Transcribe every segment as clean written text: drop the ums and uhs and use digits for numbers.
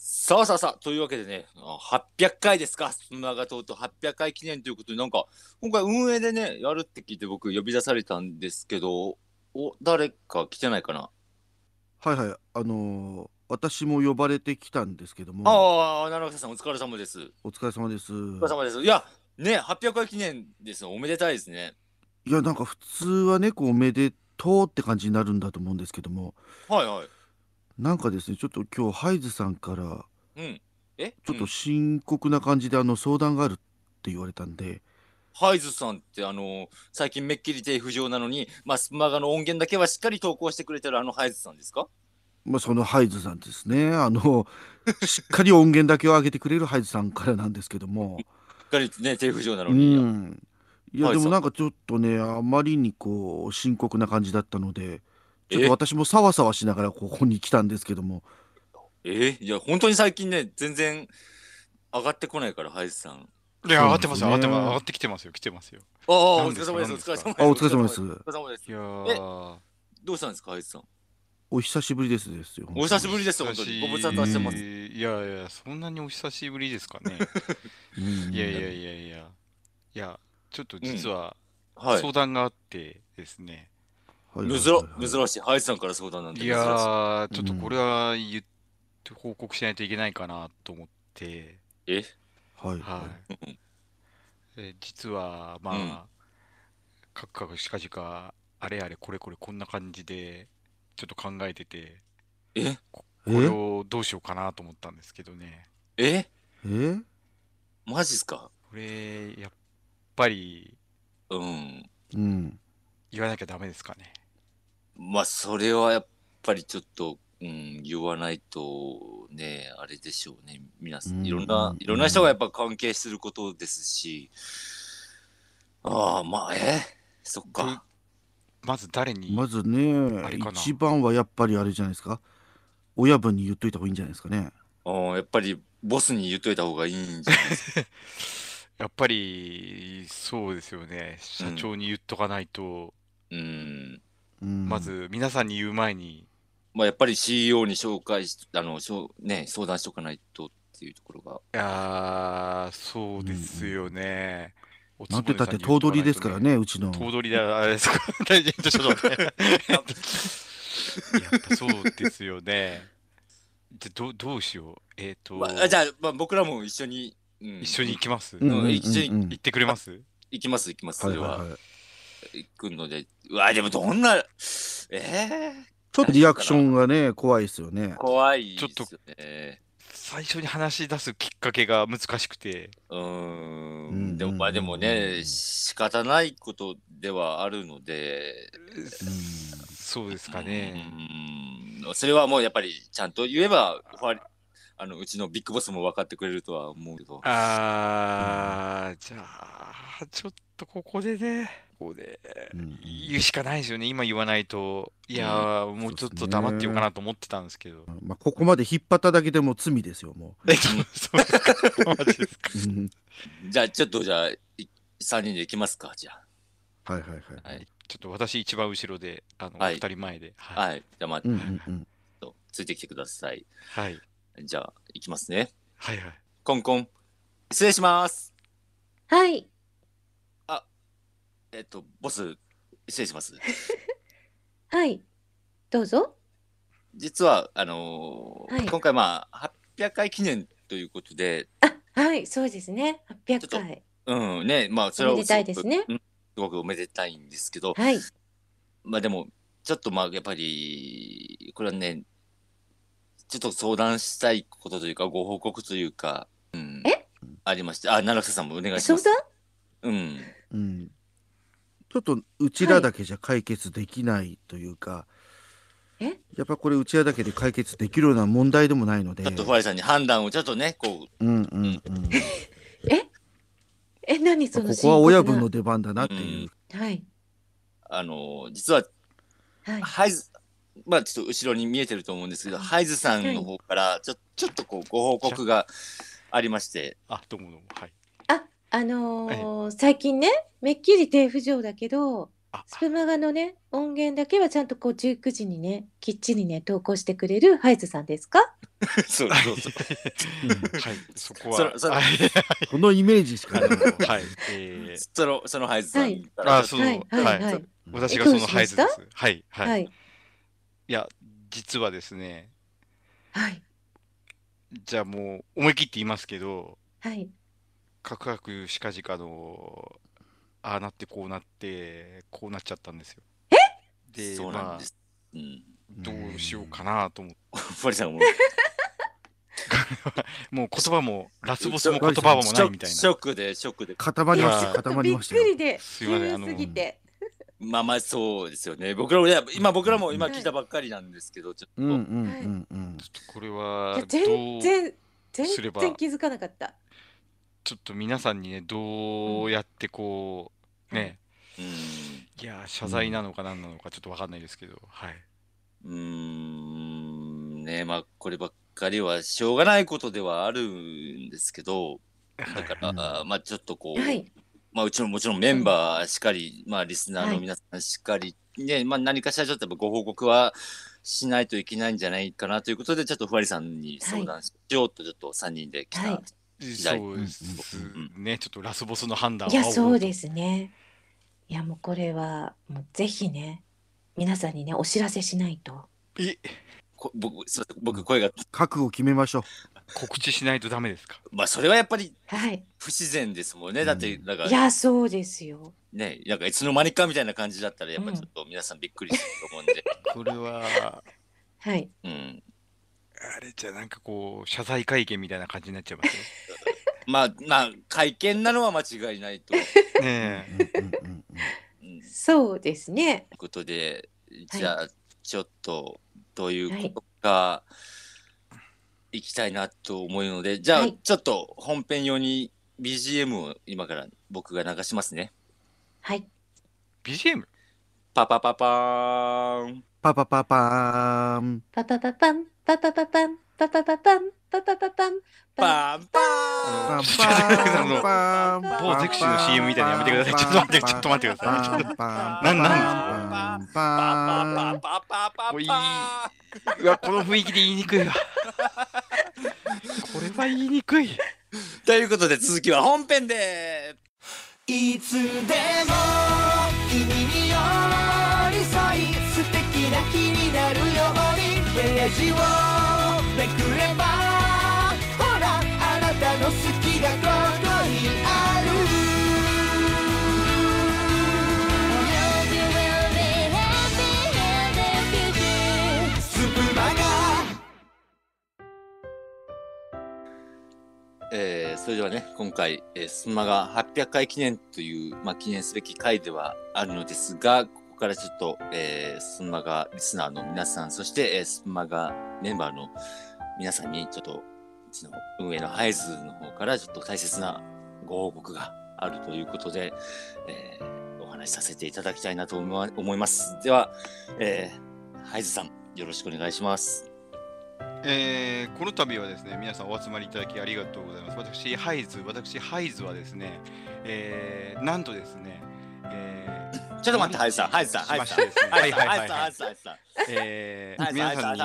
さあさあさあ、というわけでね、800回ですか、スプマガ島と800回記念ということで、なんか、今回運営でね、やるって聞いて僕呼び出されたんですけど、誰か来てないかな。 はいはい。私も呼ばれてきたんですけども、 ああ、奈良さんお疲れ様です。 お疲れ様です。 お疲れ様です。いや、ね、800回記念ですよ。おめでたいですね。 いや、なんか普通はね、こう、おめでとうって感じになるんだと思うんですけども、 はいはい。 なんかですね、ちょっと今日、ハイズさんから、 うん。 ちょっと深刻な感じで、相談があるって言われたんで、 ハイズさんって最近めっきり手不浄なのに、まあ、スプマガの音源だけはしっかり投稿してくれてるハイズさんですか？ そのハイズさんですね、しっかり音源だけを上げてくれるハイズさんからなんですけども、 しっかりね、手不浄なうのに、 ん。いや、 ハイズさん。 でもなんかちょっとね、あまりにこう、深刻な感じだったので、ちょっとえ私もさわさわしながらここに来たんですけども、 いや、本当に最近ね、全然上がってこないから、ハイズさん。 いや、 そうなんですよ上がってますよ、上ね。 がってきてますよ、来てますよ。 ああ、お何ですか、 疲れ様です、お何ですか。 疲れ様です、おお疲れ様です。 疲れ様です、お疲れ様です。 いやえ、 ー、 どうしたんですか、ハイズさん。 お久しぶりですよ、本お久当に。 しぶりです、本久当に。ご無沙汰してます。 し、いやいや、そんなにお久しぶりですかね。 うんういやいやん。 いやいや、いや、ちょっとうん。 実ははい。 相談があってですね。 はいはいはいは珍しい。ハイズさんから相談なんていや珍しい。 ー、 い。うちょっとこれん。 は報告しないといけないかなと思って、 えはいははい。 うん。 い。実は、 うん。 かくかくしかじか、あれあれこれこれこんな感じで、ちょっと考えてて、 えこれえをどうしようかなと思ったんですけどね。 ええマジっすか？ これ、やっぱりうん。 うん。 言わなきゃダメですかね。 まあ、それはやっぱりちょっと、うん、言わないとね、あれでしょうね。 うんういろんな人がやっんうん。 ぱ関係することですし、ああ、まあ、そっどう、 か。 まず誰に、 まずね、 あれかな。 一番はやっぱりあれじゃないですか。親分に言っといた方がいいんじゃないですかね。 やっぱりボスに言っといた方がいいんじゃないですか。 やっぱり、そうですよね。 うん。 社長に言っとかないと、 うん。 うん。 まず皆さんに言う前に、 まあ、やっぱり CEO に紹介し、ね、相談しとかないとっていうところが。 そうんううですよん。 ね。おつなんぼねて言ったって頭さんに言っとか取ですからね、 ないとね。 うちの。 頭取であれですか。ちょっと待って。やっぱそうですよね。どうしよう。 まあ、じゃあ、まあ、僕らも一緒に、うん、 一緒に行きます？ うんうん一緒に、 うんうん。 行ってくれあ、 ます？ 行きます、行きます、それは。 はいはいはい。 行くので、うわ、でもどんな、何しちょっとリアクショようかな。 ンがね、怖いですよね。 怖ちょっといっすよね。 最初に話し出すきっかけが難しくて。 うんうんうんでも、まあ、でもね、仕方ないことではあるので、 うんうん。 そうですかね。 それはもうやっぱりちゃんと言えば、うちのビッグボスも分かってくれるとは思うけど。 じゃあ、ちょっとここでね、ここでうんうん。 言うしかないですよね。今言わないと。いやうん。 ー、もうちょっそうですと黙ってようかね。 なと思ってたんですけど。 まあ、ここまで引っ張っただけでも罪ですよ、もうん。 そうですか。マジですか。 う。うん。 じゃあ、ちょっとじゃあ、3人で行きますか、じゃはいはいはいあ。ははい。 い。 ちょっと私一番後ろで、おはい。 二人前で。はい。 はい。じゃあ、まあ、 うんうはい。 んうん。 ついてきてください。 はい。 じゃあ、行きますね。 はいはい。 コンコン。失礼します。 はい。 あ、ボス、失礼します。 はい。どうぞ。 実は、 はい。 今回まあ、800回記念ということで、 あ、はい、そうですね。800 ちょっと、 回。 ね、まあ、それおめでたはすごく、 いですね。 すごくおめでたいんですけど、 はい。 まあでも、ちょっとまあ、やっぱり、これはね、ちょっと相談したいことというか、ご報告というか、 えありまして、七瀬さんもお願いしま相談す。うん。 うん。ちょっとうちはい。 らだけじゃ解決できないというか、 えやっぱこれうちらだけで解決できるような問題でもないのちょっとフで、 ァイさんに判断をちょっとね、こうんうう、うん、 んうん。 え何そのここは深刻な。 親分の出番だなうん、 っていう。 はい。 実は、 はい。 ハイズ、まあちょっと後ろに見えてると思うんですけど、ハイズさんのはい。 方から、ちょっとこう、ご報ちら、 告がありまして、 どうもどうも。はい。 あ、 はい。 最近ね、めっきり低浮上だけど、 スプマガのね、音源だけはちゃんとこう19時にね、きっちりね、投稿してくれるハイズさんですか？ そうそうそう。 はい、そこは。 そのはいこのイメージしかない。 はい。 そのハイズさんからあ、そう、 はいはいはい。 はい。 私がそのハイズでどうしす。はい、はい。 はいいや、実はですね、 はいじゃあもう思い切って言いますけど、 はい。 カクカクしかじかの、ああなってこうなって、こうなっちゃったんですよ。で、 そうなんまあ、 です。うん。 どうしようかなと思って、 ふわりさんももう言葉も、ラスボスも言葉もないみたいな。 ショックで固まりました。 いや固まりましたよ。 びっくりで、 すいません急すぎて。 まあまあそうですよね。僕らも今聞いたばっかりなんですけど、ちょっと、 うんうんうんうん。 ちょっとこれいはや、全すれば然気づかなかった。 ちょっと皆さんにね、どうやってこう、ね、 うんいや、謝罪なのか何なのかちょっとわかんないですけど、はい。 ね、まあこればっかりはしょうがないことではあるんですけど、だから、まあちょっとこう、 はいまあもちろんメンバーしかり、まあリスナーの皆さんしかり、ね、まあ何かしらちょっとやっぱご報告はしないといけないんじゃないかなということで、ちょっとふわりさんに相談しようとちょっと3人で来た。 はいそうですね、ちょっとラスボスの判断をいや、 仰ごとそうですね。いや、もうこれは、もうぜひね、皆さんにね、お知らせしないと。 え、 すみません、僕声が、 覚悟決めましょう。 告知しないとダメですか？ まあそれはやっぱりはい。 不自然ですもんね。だって、なんかいや、そうですよ。 ね、なんかいつの間にかみたいな感じだったら、やっぱちょっと皆さんびっくりすると思うんで。 これは、 はい。 うん。 あれじゃなんかこう、謝罪会見みたいな感じになっちゃいますまあ、会見なのは間違いないといね。ねうそうですね。 ことで、じゃあ、ちょっと、どういうことか、いきたいなと思うので、じゃあ、 はいちょっと本編用に BGM を今から僕が流しますね。 はい。 BGM？ パパパパーン。 パパパパーン。 パパパパン、パパパパン、パパパパン、パパパパン、 パンパーン。 パンパンパン某ゼクシーの CM みたいなのやめてください。ちょっと待って、ちょっと待ってください。ちょっとなんパンパンパパパもういいパうわ、この雰囲気で言いにくいわ。これは言いにくい。 ということで続きは本編で。 いつでも君に寄り添い素敵な日になるようにページをめくればほらあなたの好きがここにあるスプマガそれではね、今回、スマが800回記念という、まあ、記念すべき回ではあるのですが、ここからちょっと、スマがリスナーの皆さん、そして、スマがメンバーの皆さんに、ちょっと、うちの運営のハイズの方から、ちょっと大切なご報告があるということで、お話しさせていただきたいなと思います。では、ハイズさん、よろしくお願いします。 この度はですね、皆さんお集まりいただきありがとうございます。私、ハイズはですね、なんとですね、 ちょっと待って、ハイズさん、ハイズさん、 しましてですね、はいはいはいはい。皆さんに、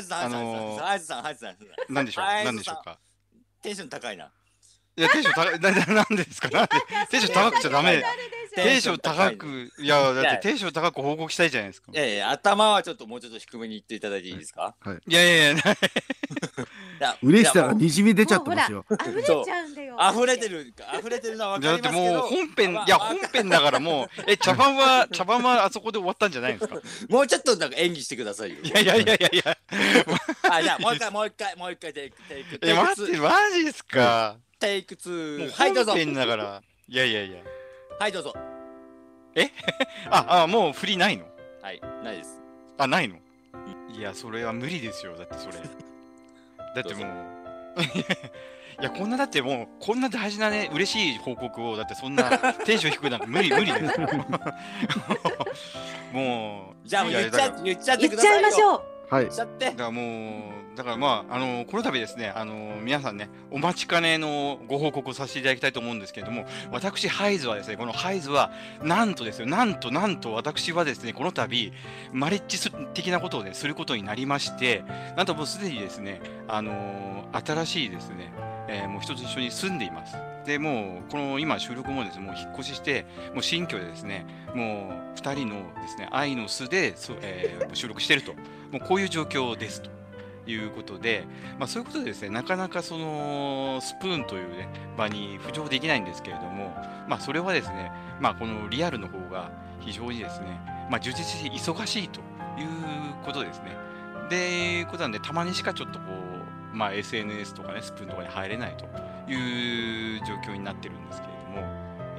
何でしょう、何でしょうか。 テンション高いな。 いや、テンション高い、なんですか、なんで、テンション高くちゃダメ。テンション高く、いや、だってテンション高く報告したいじゃないですか。 いやいや、頭はちょっともうちょっと低めに言っていただいていいですか？ いやいや、 嬉しさがにじみ出ちゃってますよ。 溢れちゃうんだよ。 溢れてるのは分かだってもうりますけど、 本編だからもう、茶番はあそこで終わったんじゃないんですか？ もうちょっとなんか演技してくださいよ。 いや。 じゃあもう一回テイク待って、マジですか？ テイクも 2。 うはいどうぞ。 本編だから。いや。 はいどうぞ。 もう振りないの？ はい、ないです。 ないの？いや、それは無理ですよ。だってそれ。だってもう。いや、だってもう、こんな大事なね、嬉しい報告を、だってそんなテンション低いなんか無理ですよ。もう。 じゃあもう言っちゃってく言っちださいよ。 ゃいましょう。 はい言っ。ちゃってだ。からもう、 だからまあ、この度ですね、皆さんね、お待ちかねのご報告をさせていただきたいと思うんですけれども、私、ハイズはですね、このハイズは、なんとですよ、なんと私はですね、この度、マリッジ的なことをね、することになりまして、なんともうすでにですね、新しいですね、もう人と一緒に住んでいます。で、もう、この今収録もですね、もう引っ越しして、もう新居でですね、もう2人のですね、愛の巣で、収録していると、もうこういう状況ですと。いうことで、まあ、そういうことでですね、なかなかそのスプーンという、ね、場に浮上できないんですけれども、まあ、それはですね、まあ、このリアルの方が非常にですね、まあ、充実して忙しいということですね。で、いうことなんで、たまにしかちょっとこう、まあ、SNS とかね、スプーンとかに入れないという状況になってるんですけれども、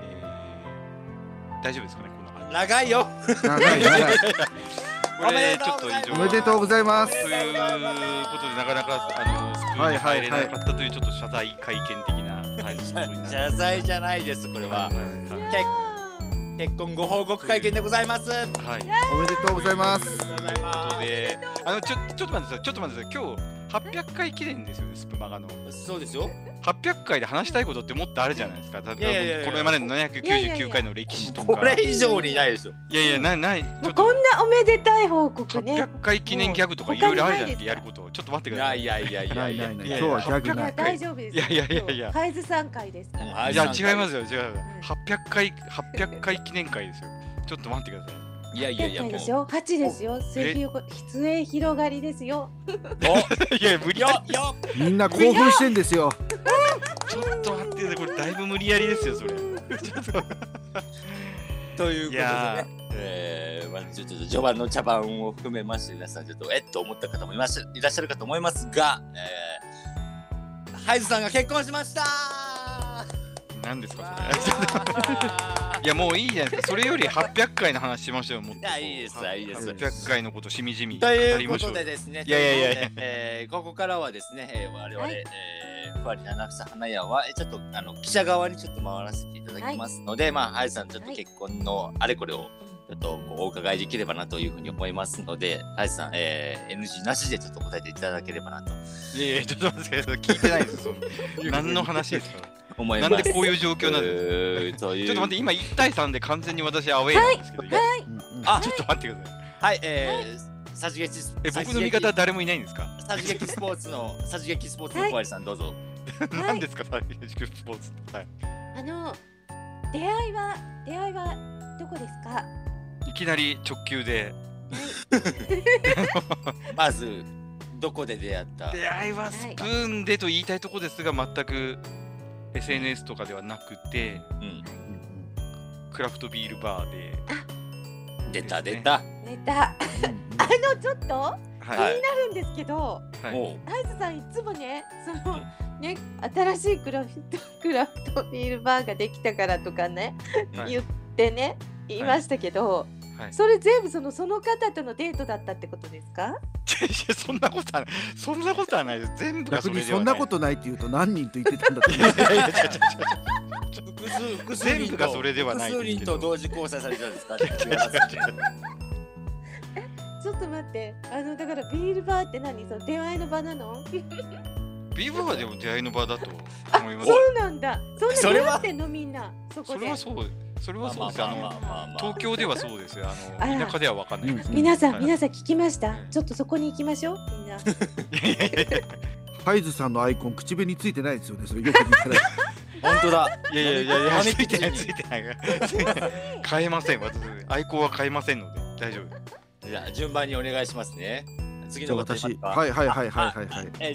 大丈夫ですかね、この長いよ。 長い長い。 これちょっと異常おめでとうございます。 ということで、なかなかスプーンに入れなかったというちょっと謝罪会見的な、はい、ことにな謝罪じゃないです、これは。結婚ご報告会見でございます。 はい。 おめでとうございます。 ということで、ちょっと待ってください、今日800回記念ですよね、スプマガの。 そうですよ。 800回で話したいことってもっとあるじゃないですか。こいやいやいやれまでの799回の歴史とか。 これ以上にないでしょ。 いやいや、ない。 もうこんなおめでたい報告ね。 800回記念ギャグとかいろいろあるじゃんってやること。ちょっと待ってください。 いや。 ない今日はギャグない。 大丈夫です。 いや。 ハイズさん会ですから。 いや、違いますよ、違う。800回記念会ですよ。ちょっと待ってください。 いや、 もう。でしょ。8ですよ。末広がりですよ。 いや、無理やり。 みんな興奮してんですよ。 ちょっと待ってください、これだいぶ無理やりですよ、それ。 ということでね、まあちょっと序盤の茶番を含めまして皆さんちょっとと思った方もいらっしゃるかと思いますが、ハイズさんが結婚しました。 何ですかそれ。いや、もういいじゃないですか。それより800回の話しましょうよ。もっと。 いや、いいです。 800回のことしみじみ。 ということでですね。 いや。 ここからはですね、我々、ふわり七草花屋はちょっと記者側にちょっと回らせていただきますので、まあハイさんちょっと結婚のあれこれをちょっとお伺いできればなというふうに思いますので、ハイさん、NG なしでちょっと答えていただければなと。 いや、ちょっと待ってください。聞いてないですよ。何の話ですか。 思います。 なんでこういう状況なんですか。ちょっと待って、今1対3で完全に私アウェーなんですけど。あ、ちょっと待ってください。 はい、さじげき僕の味方は誰もいないんですか。 さじげきスポーツの小林さんどうぞ。 何ですか、さじげきスポーツ。はい。 出会いはどこですか。 いきなり直球で。 まずどこで出会った。 出会いはスプーンでと言いたいところですが、全く SNS とかではなくて、クラフトビールバーで。 出た。 ちょっと気になるんですけど、ハイズさんいつもね、新しいクラフトビールバーができたからとかね、言ってね、言いましたけど、それ全部その方とのデートだったってことですか。 そんなことはないです。全部がそれではない。 逆にそんなことないって言うと何人と言ってたんだと思う。 全部がそれではない。 複数人と同時交際されたんですか。 ちょっと待って、だからビールバーって何、その出会いの場なの。 ビールバーでも出会いの場だと思います。 そうなんだ。そんな出会ってんのみんな。それはそうです。東京ではそうですよ。田舎ではわかんないです。 皆さん聞きました。ちょっとそこに行きましょう。みんな。 ハイズさんのアイコン口紅ついてないですよね。それよく見たら。 本当だ。 いや、ついてない。変えません。私アイコンは変えませんので大丈夫。 じゃあ順番にお願いしますね。次の方私。はい。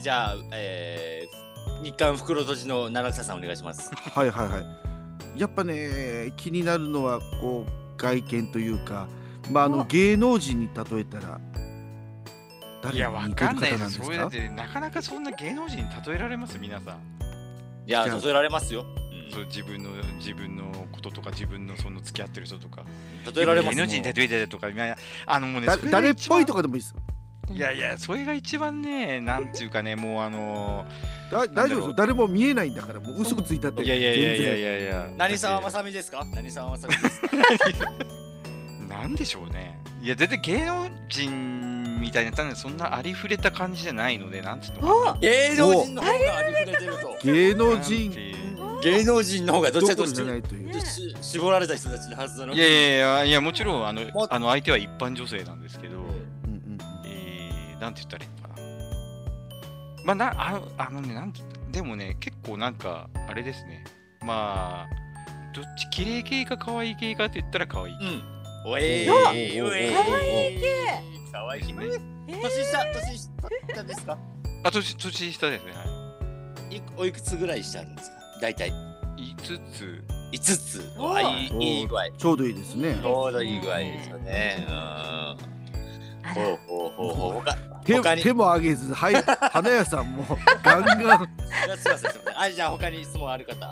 じゃあ日韓袋とじの七草さんお願いします。 はい。やっぱね、気になるのはこう外見というか、芸能人に例えたら誰に似てる方なんですか。 そうやってなかなかそんな芸能人に例えられます皆さん。 いや、例えられますよ。 そう、自分のこととか自分のその付き合ってる人とか例えられます。 芸能人に例えてとか、もうね、 誰っぽいとかでもいいです。 いや、それが一番ね、なんていうかね、もう大丈夫ですよ。誰も見えないんだから、もう嘘ついたって。 いや。 何沢まさみですか。何沢まさみです。 なんでしょうね。いや、全然芸能人みたいな、そんなありふれた感じじゃないので、なんつうのかな。 芸能人の方がありふれてると。 芸能人芸能人の方がどちらかとじゃないういという。 と絞られた人たちのはずなのに。 いや、もちろん、相手は一般女性なんですけど、なんて言ったらいいのかな。まあ、なんて言った、でもね、結構なんか、あれですね。まあ、どっち、綺麗系か可愛い系かって言ったら可愛い。 おえ可ー、 愛い系。 可愛いね。年下ですか？ 年下ですね。 おいくつぐらい下なんですか？大体。5つ。いい具合。 ちょうどいいですね。 ちょうどいい具合ですよね。 手も上げず、はい、花屋さんもガンガン。 すみません。じゃあ他に質問ある方。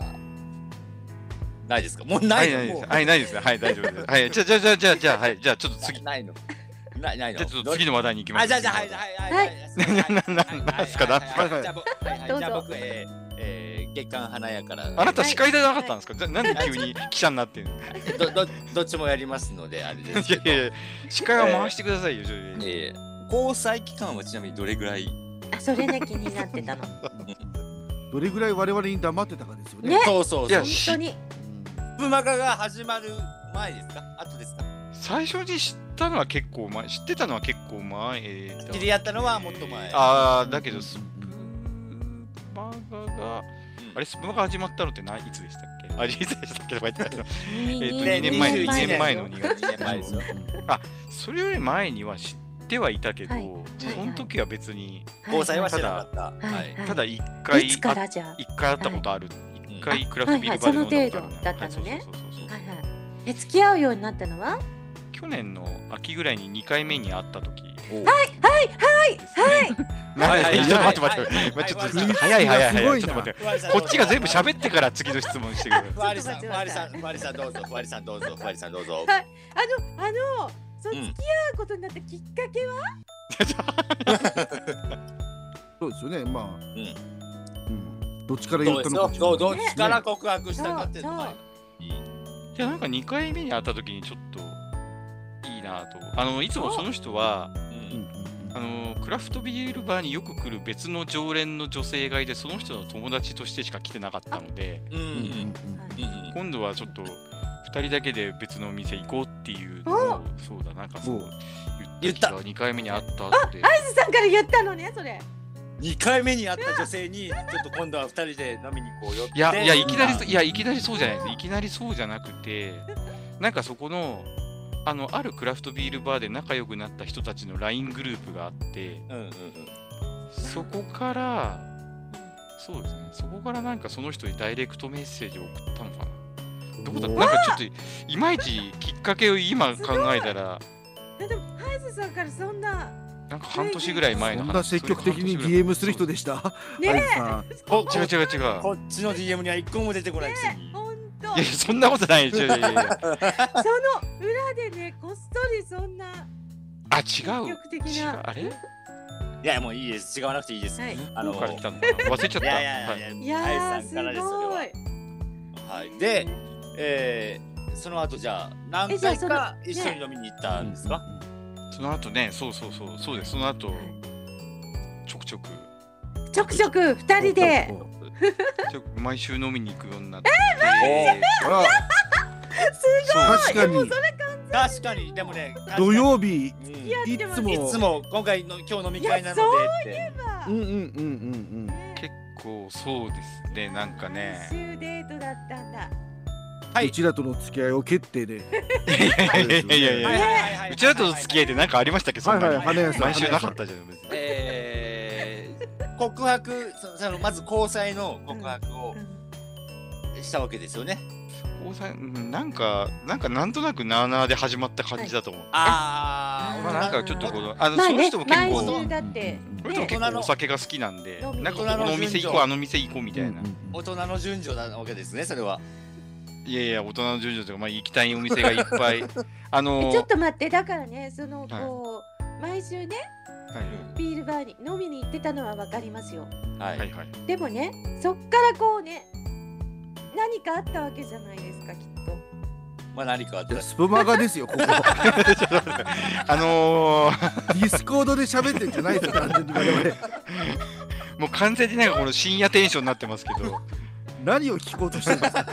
ないですか？もうないの？ ないですね。はい、大丈夫です。はい、じゃあ、はい、じゃあちょっと次。 ないの。ないの。 じゃあちょっと次の話題に行きます。 じゃあはい。 なんすか？ じゃあ僕月刊花屋から。 あなた司会じゃなかったんですか？なんで急に記者になってんの？ どっちもやりますのであれです。 いや司会は回してくださいよ。 交際期間はちなみにどれぐらい？ それね気になってたの。 どれぐらい我々に黙ってたかですよね。 そう。 いや本当に。 スプマガが始まる前ですか？後ですか？ 最初に知ったのは結構前、知ってたのは結構前。 知り合ったのはもっと前。 だけどスプマガが、あれスプマガ始まったのっていつでしたっけ？いつでしたっけ？2年前の2月。 2年前ですよ。 それより前には知ってはいたけど、その時は別に交際はしてなかった。 ただ1回いつからじゃ会ったことある。1回クラフトビールバーでその程度だったのね。付き合うようになったのは去年の秋ぐらいに2回目に会った時。 はい。 ちょっと待って。ちょっと早い。ちょっと待って。こっちが全部喋ってから次の質問してくる。 ふわりさんどうぞ。 その付き合うことになったきっかけは？ そうですよね。まあ、どっちから言ったのか。 どっちから告白したかっていうのが。 いやなんか2回目に会った時にちょっといいなと。いつもその人はクラフトビールバーによく来る別の常連の女性がいて、その人の友達としてしか来てなかったので、今度はちょっと2人だけで別のお店行こうっていうのを、そうだなんかそう言った2回目に会った後で。 アイスさんから言ったのねそれ。 2回目に会った女性にちょっと今度は2人で飲みに行こうよって。 いやいきなりそうじゃないです。いきなりそうじゃなくて、なんかそこのあるクラフトビールバーで仲良くなった人たちの LINE グループがあって、そこからそうですね。そこからなんかその人にダイレクトメッセージを送ったのかな。どうだった？なんかちょっといまいちきっかけを今考えたら。 でもハイズさんからそんな。 なんか半年ぐらい前の話。 そんな積極的に DM する人でした。 ね違う。こっちの DM には1個も出てこないくせに。 いやそんなことないでしょ。 その裏でねこっそりそんな。 違う。 積極的な。 あれ？いやもういいです。違わなくていいです。 どこから来たのかな。忘れちゃった。 いやすごい。はい。で、その後じゃあ何回か一緒に飲みに行ったんですか？ その後ね、そうです。その後ちょくちょく 2人で毎週飲みに行くようになって。 すごい。 確かにでもね。 土曜日いつも今日飲み会なのでって。 結構そうですね。なんかね。 週デートだったんだ。 うちらとの付き合いを決定で。 いやうちらとの付き合いで何かありましたっけ？そんなに毎週なかったじゃん。 告白、まず交際の告白をしたわけですよね。 交際、なんとなくなあなあで始まった感じだと思う。なんかちょっとその人も結構、その人も結構お酒が好きなんで、なんかこのお店行こう、あの店行こうみたいな。 大人の順序なわけですね、それは。 いや大人の順序とか、行きたいお店がいっぱい。ちょっと待って、だからね、毎週ね。ビールバーに飲みに行ってたのは分かりますよ。でもね、そっからこうね、何かあったわけじゃないですか、きっと。 まあ何かあったらスプマガですよここ。ディスコードで喋ってんじゃないですよ単純に我々。 もう完全になんかこの深夜テンションになってますけど、 何を聞こうとしてるんですか。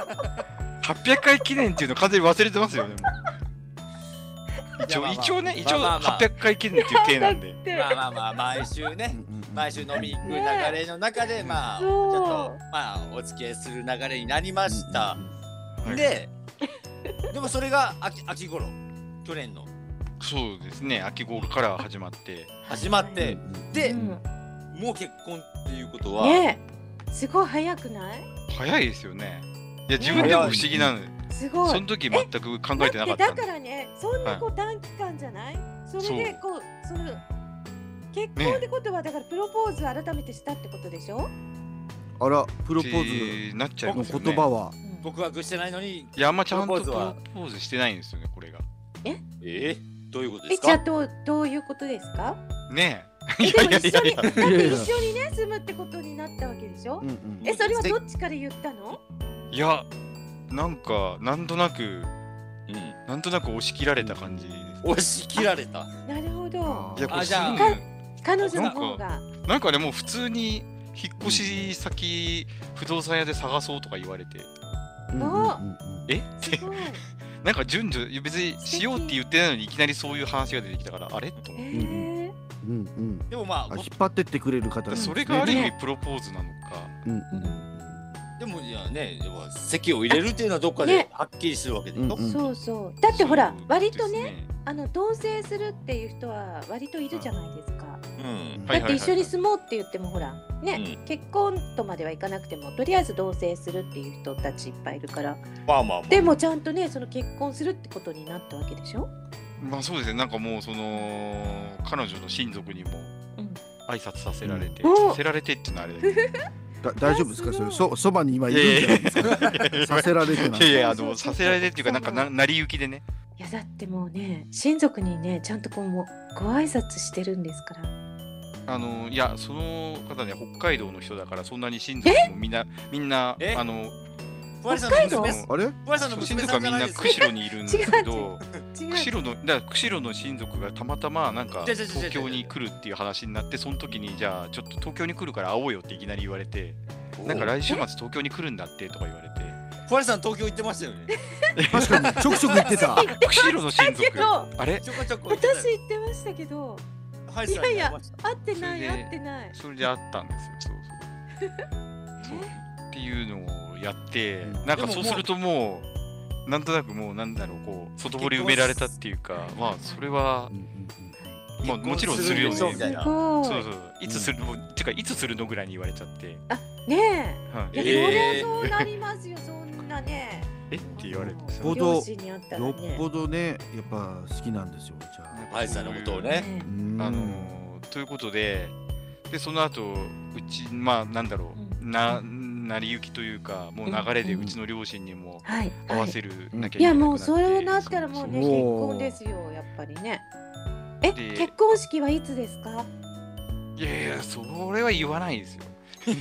800回記念っていうの完全に忘れてますよね。もう一応ね、800回記念っていう体なんで。 まあ毎週ね、毎週飲みに行く流れの中でまあちそうょっとまあお付き合いする流れになりました。でもそれが秋頃、去年のそうですね、秋頃から始まって、 で、 うんもう結婚っていうことは、 ねえ、すごい早くない？ 早いですよね。いや、自分でも不思議なの。 すごい。 その時全く考えてなかったんで。 だからね、そんなこう短期間じゃない？それでこうその結婚ってことはだからプロポーズを改めてしたってことでしょ？ あらプロポってーなっちゃいズのますよね。 言葉は。 告白してないのに、 いや、あんまちゃんとプロプロポーズはポーズしてないんですよね、これが。 どういうことですじゃあか？ どういうことですか？ ねえ。 でも一緒にだっていやいや一緒にね住むってことになったわけでしょ？それはどっちから言ったの？ いや、なんか、なんとなくうん、 押し切られた感じです。 押し切られた。 なるほど。 いや、これじゃあす彼女の方が。 ぐなんかね、もう普通に引っ越し先、不動産屋で探そうとか言われて、えってすごい。 なんか順序、別にしようって言ってないのにいきなりそういう話が出てきたから、あれと思って。 でもまあ引っ張ってってくれる方なんですね。 それがある意味プロポーズなのか。 でもいやね、でも籍を入れるっていうのはどっかではっきりするわけでしょ。 そうそう。だってほらそう割とですね、同棲するっていう人は割といるじゃないですか。 うん。 だって一緒に住もうって言ってもほらね、 うん結婚とまではいかなくてもとりあえず同棲するっていう人たちいっぱいいるから、 まあまあまあ。 でもちゃんとねその結婚するってことになったわけでしょ？ まあそうですね、なんかもうその彼女の親族にもうん挨拶させられて、 うんさせられてっていうのはあれだけど、 大丈夫ですかすごいそれそばに今いるんじゃないですか。させられてない。 いやいや、させられてっていうか、なんか成り行きでね。 いやだってもうね親族にねちゃんとこうもご挨拶してるんですから。 いや、その方ね、北海道の人だから、そんなに親族もみんな、 えふわりさん北海道の娘、 あれ？ ふわりさんの娘さ親族はみんんじゃないですか。 な釧路にいるんですけど、 違う。 釧路の親族がたまたまなんかじゃじゃじゃじゃ東京に来るっていう話になって、その時にじゃあちょっと東京に来るから会おうよっていきなり言われて、なんか来週末東京に来るんだってとか言われて、 ふわりさん東京行ってましたよね。 確かにちょくちょく言ってた。 釧路の親族だけどあれちょこちょこ行ってたよ。 私言ってましたけどハイさんに会いました。 会ってないそれで会ってない。 それであったんですよ。そうっていうのをやって、なんかそうするともうなんとなくもうなんだろう、こう外堀埋められたっていうか、まあそれはまあもちろんするよね結婚するでしょみたいな。 そうそうそういつするの、てかいつするのぐらいに言われちゃって、 ねはいえ。いやそりゃそうなりますよそんなね。 えって言われてさほど両親に会ったらよっね。 ぽどねやっぱ好きなんですよじゃあ。 ハイさんのことをね。 ねということで、その後うちまあなんだろう、成り行きというか、もう流れでうちの両親にもはい。 合わせるなきゃいけなくなって、 いやもうそれをなったらもうねそう結婚ですよやっぱりね。 で結婚式はいつですか？ いやいや、それは言わないですよ。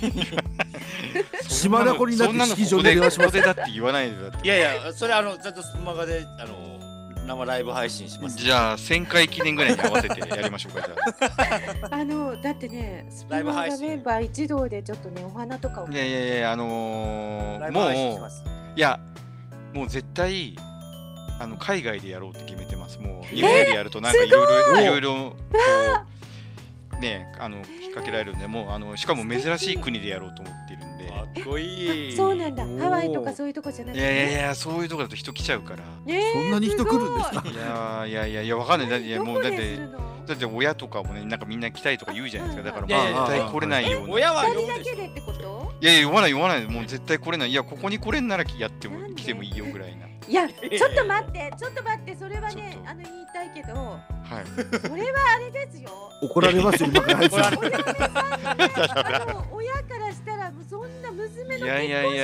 島田湖になって式場で電話しますここでだって言わないでだって。 いやいや、それちゃんとスマガで生ライブ配信します。 じゃあ1000回記念ぐらいに合わせてやりましょうか。じゃあだってねスピライブマ配信ガメンバー一同でちょっとねお花とかをいやいやいや、 ライブもう配信します。 いやもう絶対海外でやろうって決めてます。もう日本でやるとなんかいろいろこうね引っ掛けられるんで、もうしかも珍しい国でやろうと思ってるんで。 かっこいい。 そうなんだおーハワイとかそういうとこじゃなくいてやいやいや、そういうとこだと人来ちゃうから。 ねそんなに人来るんですか。 いやわかんない。だっていやどこもうだってでするの？ だって親とかもね、なんかみんな来たいとか言うじゃないですか。だからいやいやまあ絶対来れないような。 親は二人呼ぶでしょ。 だけでってこと？ いやいや、言わない。もう絶対来れない。いや、ここに来れんならやってもなんで来てもいいよぐらいな。 いやちょっと待ってそれはねちょっと言いたいけどはい。 それはあれですよ。 怒られますよ今からあいつ怒られ親御さんがね親からしたらもうそんな娘の結婚式ですよ。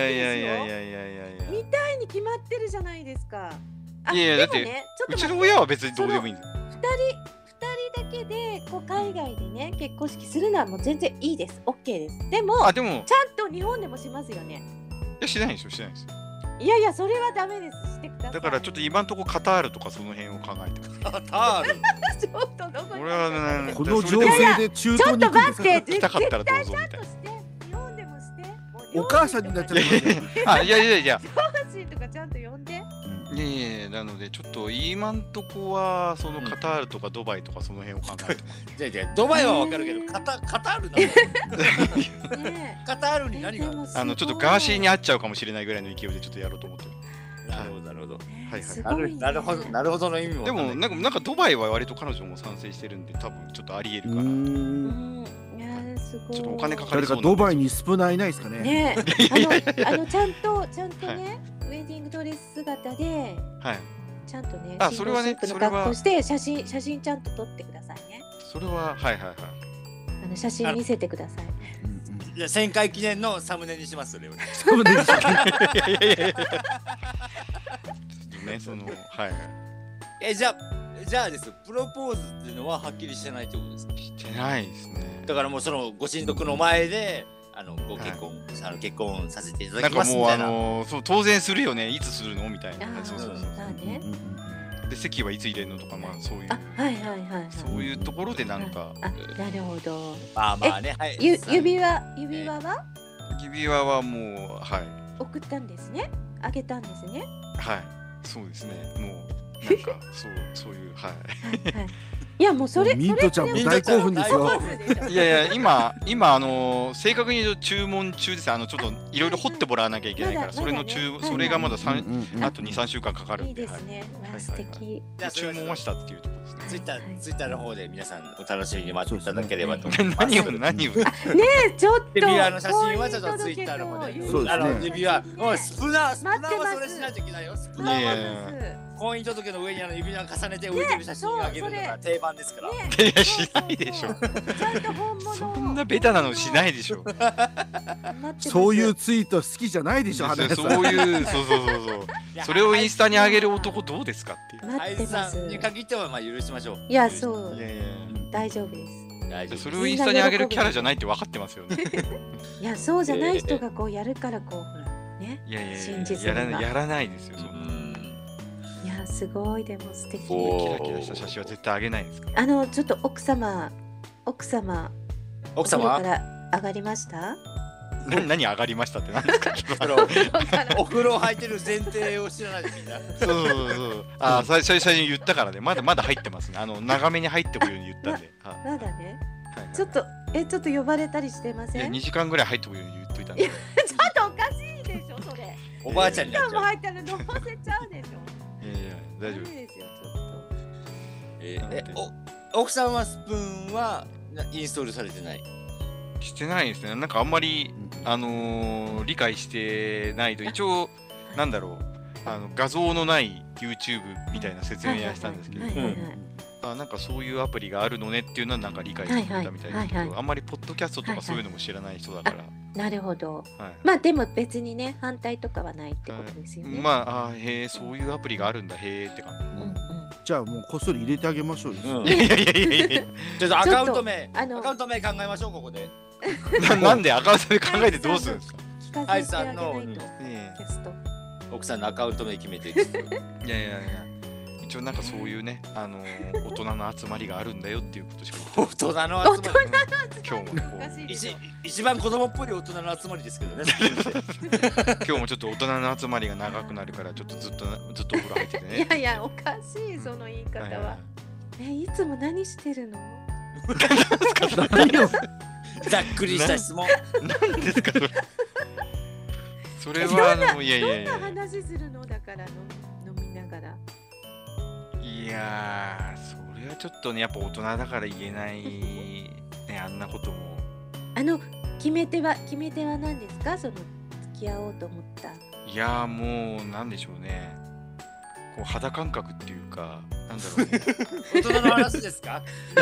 見たいに決まってるじゃないですか。 いやいやだってでもねちょっうちと待っての親は別にどうでもいいんですよ。 二人だけでこう海外でね結婚式するのはもう全然いいです OK です。でもあ、でも、 ちゃんと日本でもしますよね。 いや、しないですよ。 いやいやそれはダメです。ししてください。 だからちょっと今んとこカタールとかその辺を考えてます。 カタール。 ちょっとどこに俺はね、 この情勢で中東に行くんですか。 来たかったらどうぞみたいな。 日本でもして。 お母さんになっちゃってますね。 あ、いや。 両親とかちゃんと呼んで。 いやなのでちょっと今んとこはそのカタールとかドバイとかその辺を考えてます。 じゃドバイはわかるけどカタールなの。カタールに何がちょっとガーシーに会っちゃうかもしれないぐらいの勢いでちょっとやろうと思ってる。 なるほどなるほど。 はいはい。なるほどの意味も。 でもなんかドバイは割と彼女も賛成してるんで多分ちょっとありえるかな。 すごい。 ちょっとお金かかりそうな。 誰かドバイにスプナーいないですかね。 ね、ちゃんとね、ウェディングドレス姿で、 はい。 ちゃんとね、 あ、それはね、 それは格好して写真ちゃんと撮ってくださいね。 それははい。 写真見せてください。 じゃ1000回記念のサムネにしますね。 サムネにします。 ね、そのはい。 じゃあです。プロポーズっていうのははっきりしてないってことですか。 してないですね。 だからもうそのご親族の前でご結婚させていただきますみたいな。 なんかもうそう当然するよね。いつするのみたいな。そうね。 で席はいつ入れるのとかまあそういう。 はい。 そういうところでなんか。 なるほど。 まあね。はい。 指輪は？ 指輪はもうはい。 送ったんですね。あげたんですね。 はい。そうですね。もうなんかそういうはい。 いやもうそれミントちゃんも大興奮ですよ。 いや今正確に言うと注文中です。ちょっといろいろ掘ってもらわなきゃいけないからそれがまだあと2、3週間かかるんで。いいですね。素敵。 注文はしたっていうところですね。 ツイッターの方で皆さんお楽しみに待っていただければと思います。 何をねえちょっと指輪の写真はちょっとツイッターの方で。 そうですね。 指輪スプナーはそれしないといけないよ。スプナーは婚姻届の上に指輪重ねて置いてる写真をあげるのが定番ですから。 いやしないでしょ。そんなベタなのしないでしょ。 そういうツイート好きじゃないでしょ。 そうそれをインスタに上げる男どうですかっていう。 待ってます。 に限っては許しましょう。 いやそう大丈夫です。 それをインスタに上げるキャラじゃないって分かってますよね。 いやそうじゃない人がこうやるからこうほらね。 いややらないですよ。 いやすごいでも素敵。 キラキラした写真は絶対あげないですか。 ちょっと奥様お風呂から上がりました？ 何上がりましたって何ですか。 お風呂入ってる前提を知らないでみんな。 そうあ最初に言ったからね。まだ入ってますね。長めに入ってくるように言ったんで。 まだね。ちょっと呼ばれたりしてません ？2時間ぐらい入ってくるように言っといたんで。 ちょっとおかしいでしょそれ。 おばあちゃんになっちゃう。 2時間も入ったら乗せちゃうでしょ。 いや大丈夫ですよちょっと。奥さんはスプーンはインストールされてない？ してないですね。なんかあんまり理解してないと一応なんだろう画像のない YouTube みたいな説明はしたんですけど、なんかそういうアプリがあるのねっていうのはなんか理解してくれたみたいですけど、あんまりポッドキャストとかそういうのも知らない人だから。 なるほど。まあでも別にね反対とかはないってことですよね。 まあへえそういうアプリがあるんだへえって感じ。 じゃあもうこっそり入れてあげましょうよ。 いやちょっとアカウント名考えましょうここで。 なんでアカウント名考えてどうするんですか。 ハイさんの奥さんのアカウント名決めて。いや一応なんかそういうね大人の集まりがあるんだよっていうことしか言ってない。 大人の集まり。 今日も一番子供っぽい大人の集まりですけどね。 今日もちょっと大人の集まりが長くなるからちょっとずっとお風呂入っててね。 いやおかしいその言い方は。いつも何してるの？ ざっくりした質問。 何ですかそれはどんな話するのだから飲みながら。 いやそれはちょっとねやっぱ大人だから言えないねあんなことも。 決め手は何ですか？その付き合おうと思った。 いやもうなんでしょうね。こう肌感覚っていうかなんだろうね。 大人の話ですか？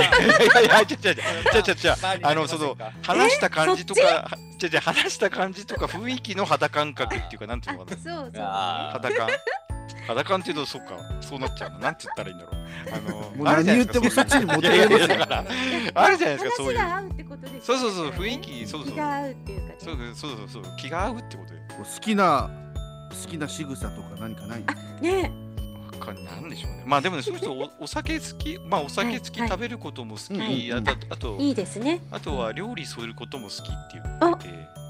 その話した感じとか話した感じとか雰囲気の肌感覚っていうかなんていうのかな。 そう肌感っていうとそうかそうなっちゃうの。なんて言ったらいいんだろう。 もう何言ってもそっちに持ってかれますから。あるじゃないですかそういう。 話が合うってことです。 そう雰囲気気が合うっていうか。 そう気が合うってことよ。 好きな好きな仕草とか何かない？ ねなんでしょうね。まあでもね、そういう人お酒好き、まあお酒好き、食べることも好き、あといいですね。 あとは料理することも好きって言ってて、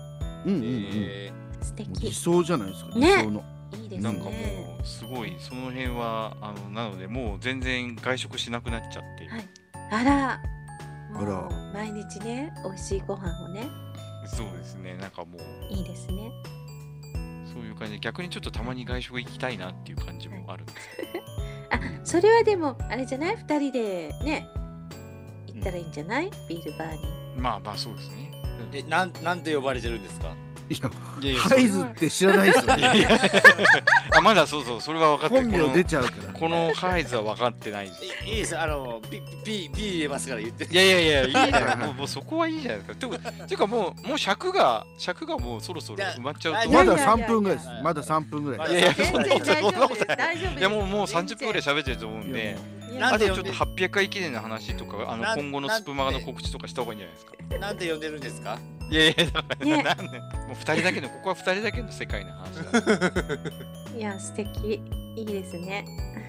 素敵。 理想じゃないですか。理想の。 いいですね。 なんかもうすごいその辺はなのでもう全然外食しなくなっちゃって。 あら。もう毎日ね、美味しいご飯をね。 そうですね。なんかもういいですね。 そういう感じで逆にちょっとたまに外食行きたいなっていう感じもあるんですけど。 あ、それはでもあれじゃない？2人でね行ったらいいんじゃない？ビールバーに。 まあまあそうですね。 なんて呼ばれてるんですか？ いや、ハイズって知らないですよね。 あ、まだそう、それは分かってる。本名出ちゃうから。 このハイズは分かってないです。 いいです、ピ入れますから言って。 いや、いいじゃん。もうそこはいいじゃないですか。ていうかもう尺がもうそろそろ埋まっちゃうと。 まだ3分ぐらいです。まだ3分ぐらい。 いや、 全然大丈夫です。大丈夫です。 いやもう30分ぐらい喋ってると思うんで。あとちょっと800回記念の話とか今後のスプマガの告知とかした方がいいんじゃないですか。 なんで呼んでるんですか？ いやだからなんでもう2人だけのここは2人だけの世界の話だ。 いや素敵、いいですね。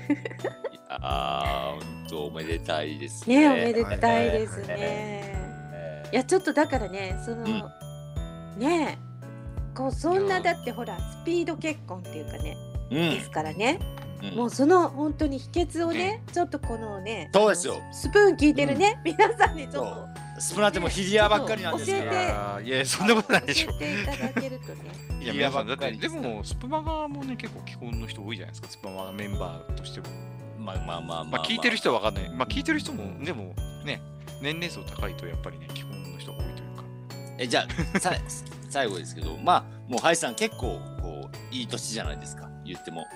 本当おめでたいですね。 ね、おめでたいですね。いやちょっとだからね、そのねこうそんなだってほらスピード結婚っていうかねですからね。もうその本当に秘訣をね、ちょっとこのね、 そうですよ。 スプーン聞いてるね、皆さんにちょっとスプナってもヒリアばっかりなんですから。 いやそんなことないでしょ。 教えていただけるとね。 いや皆さんだってでもスプマガもね結構既婚の人多いじゃないですか。スプマガメンバーとしても。まあ聞いてる人は分かんない。まあ聞いてる人もでもね年齢層高いとやっぱりね既婚の人が多いというか。 じゃあ最後ですけど、まあもうハイさん結構こういい年じゃないですか言っても。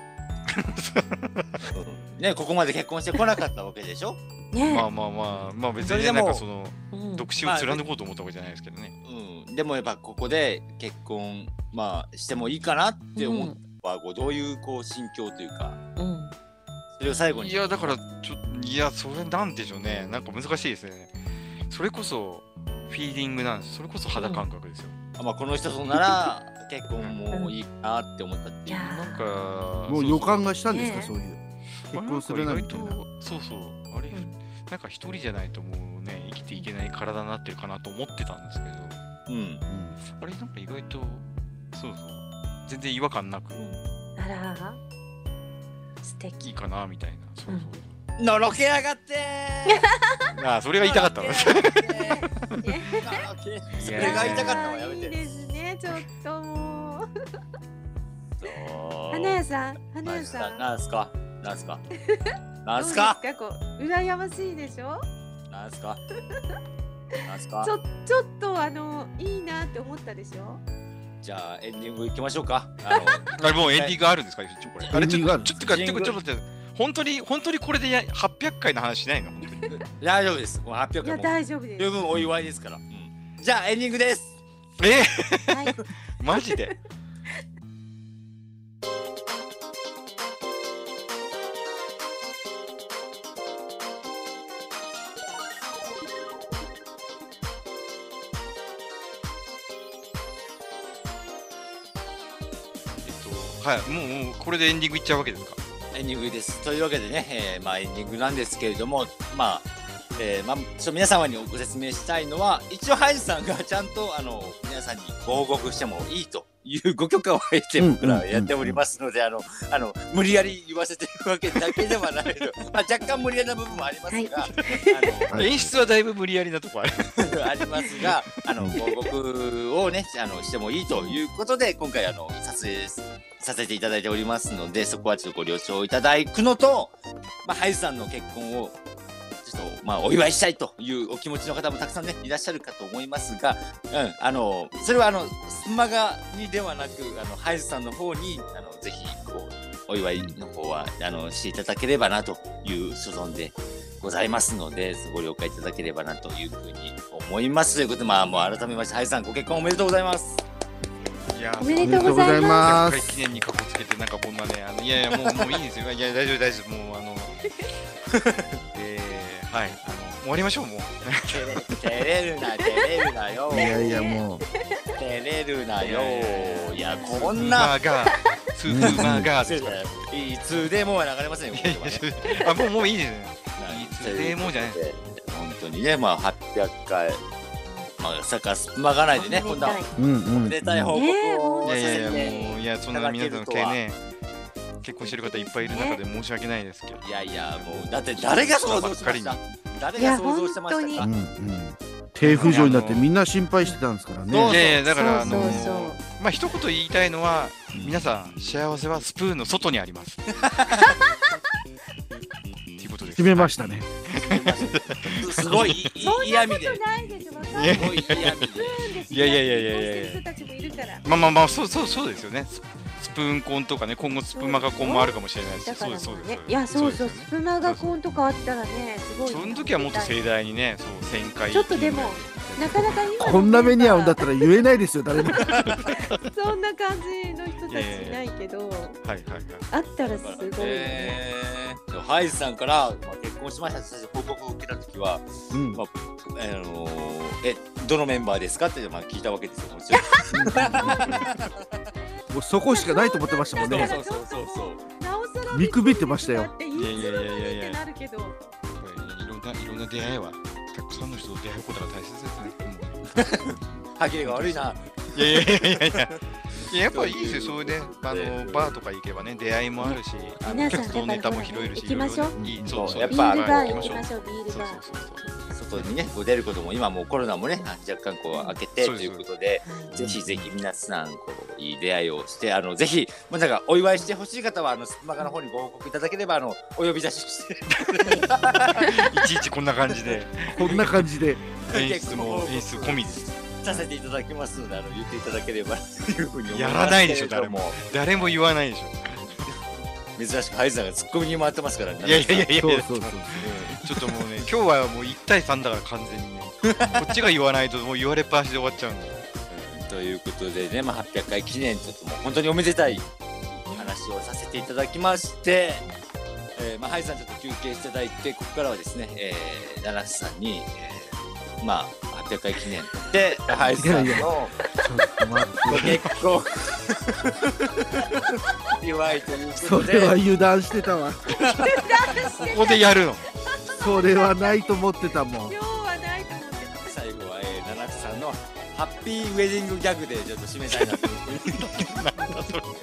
ね、ここまで結婚してこなかったわけでしょ。 ね、 まあ別になんかその独身を貫こうと思ったわけじゃないですけどね。 でもやっぱここで結婚してもいいかなって思ったはどういうこう心境というか、それを最後に。 いやだからそれなんでしょうね。なんか難しいですね。それこそフィーリングなんです。それこそ肌感覚ですよ。 この人となら結婚もいいなって思ったっていう。 なんかもう予感がしたんですか、そういう。結婚するなみたいな。 そうあれなんか一人じゃないともうね生きていけない体になってるかなと思ってたんですけど、あれなんか意外とそう全然違和感なく、 あら素敵いいかなみたいな。 のろけやがってー。それが言いたかったんです。 それが言いたかったわ。やめて。 いいですね、ちょっともう。花屋さん。 なんすか。 どうですか、こう羨ましいでしょ。 なんすか。 ちょっといいなって思ったでしょ。 じゃあエンディングいきましょうか。 もうエンディングあるんですか。これ。あれちょっと待って。本当にこれで800回の話しないの？ 大丈夫です。もう800回も。 いや大丈夫です。 十分お祝いですから。じゃあエンディングです。 マジで。はい、もうこれでエンディングいっちゃうわけですか。 エンディングです。というわけでね、エンディングなんですけれども、皆様にご説明したいのは、一応ハイズさんがちゃんと皆さんにご報告してもいいというご許可を得て僕らやっておりますので、無理やり言わせてるわけだけではないと、若干無理やりな部分もありますが、 演出はだいぶ無理やりなとこありますが、ご報告をねしてもいいということで、今回撮影させていただいておりますので、そこはちょっとご了承いただくのと、ハイズさんの結婚をちょっとお祝いしたいというお気持ちの方もたくさんねいらっしゃるかと思いますが、それはスマガにではなくハイズさんの方にぜひこうお祝いの方はしていただければなという所存でございますので、ご了解いただければなというふうに思います。ということでもう改めましてハイズさんご結婚おめでとうございます。 おめでとうございます。 100回記念にかこつけてなんかこんなねいやもういいんですよ。いや大丈夫もうはい終わりましょう。もう照れるなよ。 いやもう照れるなよ。いやこんなスーパーガーですから。 いつでもは流れませんよ。 あ、もういいですね。いつでもじゃない。 本当にね、まあ800回、まあサッカースプマがないでね、こんな出たい報告をさせて。 もういやそんな皆さんのね、結婚してる方いっぱいいる中で申し訳ないですけど。 いやいやもうだって誰が想像しました。誰が想像してましたか。 低浮上になってみんな心配してたんですからね。 いやいやだからまあ一言言いたいのは、皆さん幸せはスプーンの外にあります。っていうことです。 決めましたね。 すごい嫌味で。 いやまあそうですよね。スプーンコンとかね、今後スプマガコンもあるかもしれないし、そうです。 いやそうスプマガコンとかあったらね、すごい。 その時はもっと盛大にね、そう1000回。 ちょっとでもなかなか今こんな目に遭うんだったら言えないですよ、誰も。 そんな感じの人たちいないけど、あったらすごい。 ハイズさんから結婚しましたって報告を受けた時は、どのメンバーですかって聞いたわけですよ。もちろん。 もうそこしかないと思ってましたもんね。 そう見くびってましたよ。 いろんな出会いはたくさんの人と出会うことが大切ですね。 歯切れが悪いな。 いややっぱいいですよ。それでバーとか行けばね、出会いもあるし、客とネタも拾えるし、 行きましょう。 やっぱビールバー行きましょう。ビールバー。 外にね出ることも今もうコロナもね若干開けてということで、ぜひ皆さんいい出会いをしてぜひなんかお祝いしてほしい方はスプマガの方にご報告いただければお呼び出ししていちいちこんな感じで演出込みですさせていただきますので言っていただければというふうに思います。 やらないでしょ、誰も言わないでしょ。 珍しくハイズさんがツッコミに回ってますからね。 いやちょっともうね、今日はもう1対3だから完全にね、こっちが言わないともう言われっぱなしで終わっちゃうんで。 ということでね、800回記念ちょっともう本当におめでたい話をさせていただきまして、ハイズさんちょっと休憩していただいて、ここからはですね、七瀬さんに、800回記念でハイズさんのご結婚祝いということで、 それは油断してたわ。 ここでやるの。 それはないと思ってたもん。 今日はないと思ってた。 最後は七瀬さんのハッピーウェディングギャグでちょっと締めたいなとなんだそれ。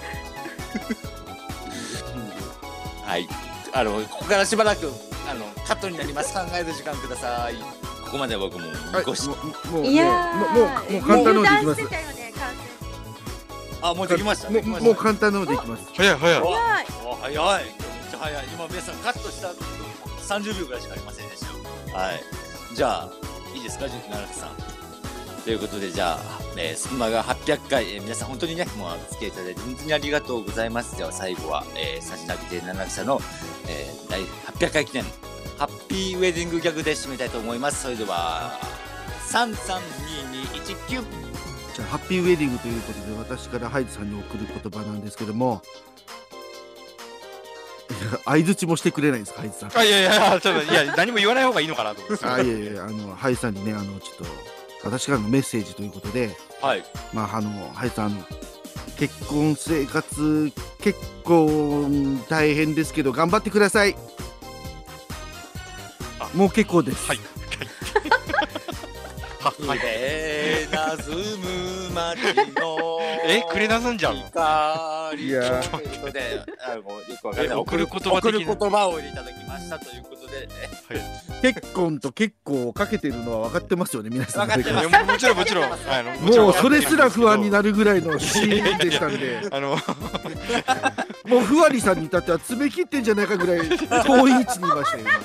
はい、ここからしばらくカットになります。考える時間ください。ここまで僕ももう簡単なのでいきます。 もうできました。 もう簡単なのでいきます。 早い。 早い。今皆さんカットした30秒ぐらいしかありませんでした。はい。じゃあいいですか、奈良さん。ということで、じゃあスプマガ800回、皆さん本当にねもうお付き合いいただいて本当にありがとうございます。では最後はさしなぎで奈良さんの第800回記念ハッピーウェディングギャグで締めたいと思います。それでは33221キュー。 じゃあハッピーウェディングということで私からハイズさんに送る言葉なんですけども、相づちもしてくれないんですか、ハイズさん。 いや何も言わない方がいいのかなと思って。 ハイズさんにねちょっと私からのメッセージということで、 はい。 ハイズさん結婚生活結構大変ですけど頑張ってください。もう結構です。 はい。 クレナズム町のクレナズんじゃん。 いやということでよくわかんない送る言葉をいただきましたということで、 結婚と結構をかけてるのは分かってますよね、皆さん。 もちろんもうそれすら不安になるぐらいのシーンでしたんで、もうふわりさんに至っては爪切ってんじゃないかぐらい遠い位置にいましたよ。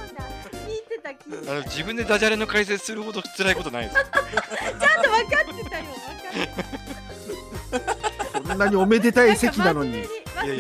自分でダジャレの解説するほど辛いことないです。 ちゃんと分かってたよ。 こんなにおめでたい席なのに。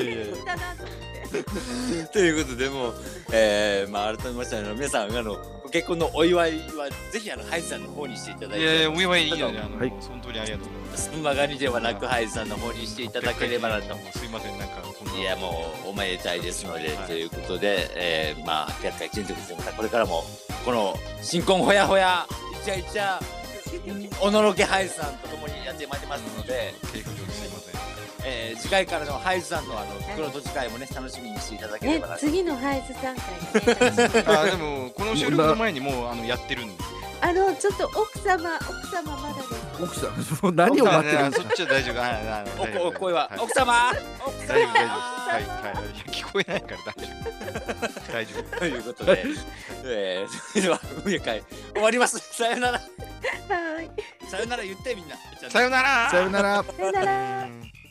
ということでもう、改めまして皆さんご結婚のお祝いはぜひハイズさんの方にしていただいて。 お祝いいいよね。本当にありがとうございます。 スプマガにではなくハイズさんの方にしていただければなと。 すいません、なんかいやもうおめでたいですので、ということで、800回記念ということでまたこれからもこの新婚ほやほやイチャイチャおのろけハイズさんとともにやってまいりますので。 すいません。 次回からのハイズさんの袋と次回もね楽しみにしていただければなと。 次のハイズさん会がね楽しみ。 あでもこの収録の前にもうやってるんで。 ちょっと奥様まだです。 奥さんもう何を待ってるんですか。 そっちは大丈夫。 お声は奥様。 大丈夫。はい聞こえないから大丈夫。 ということで、それでは運営会終わります。さよなら。 はい。 さよなら言ってみんな。 さよなら。 さよなら。 さよなら。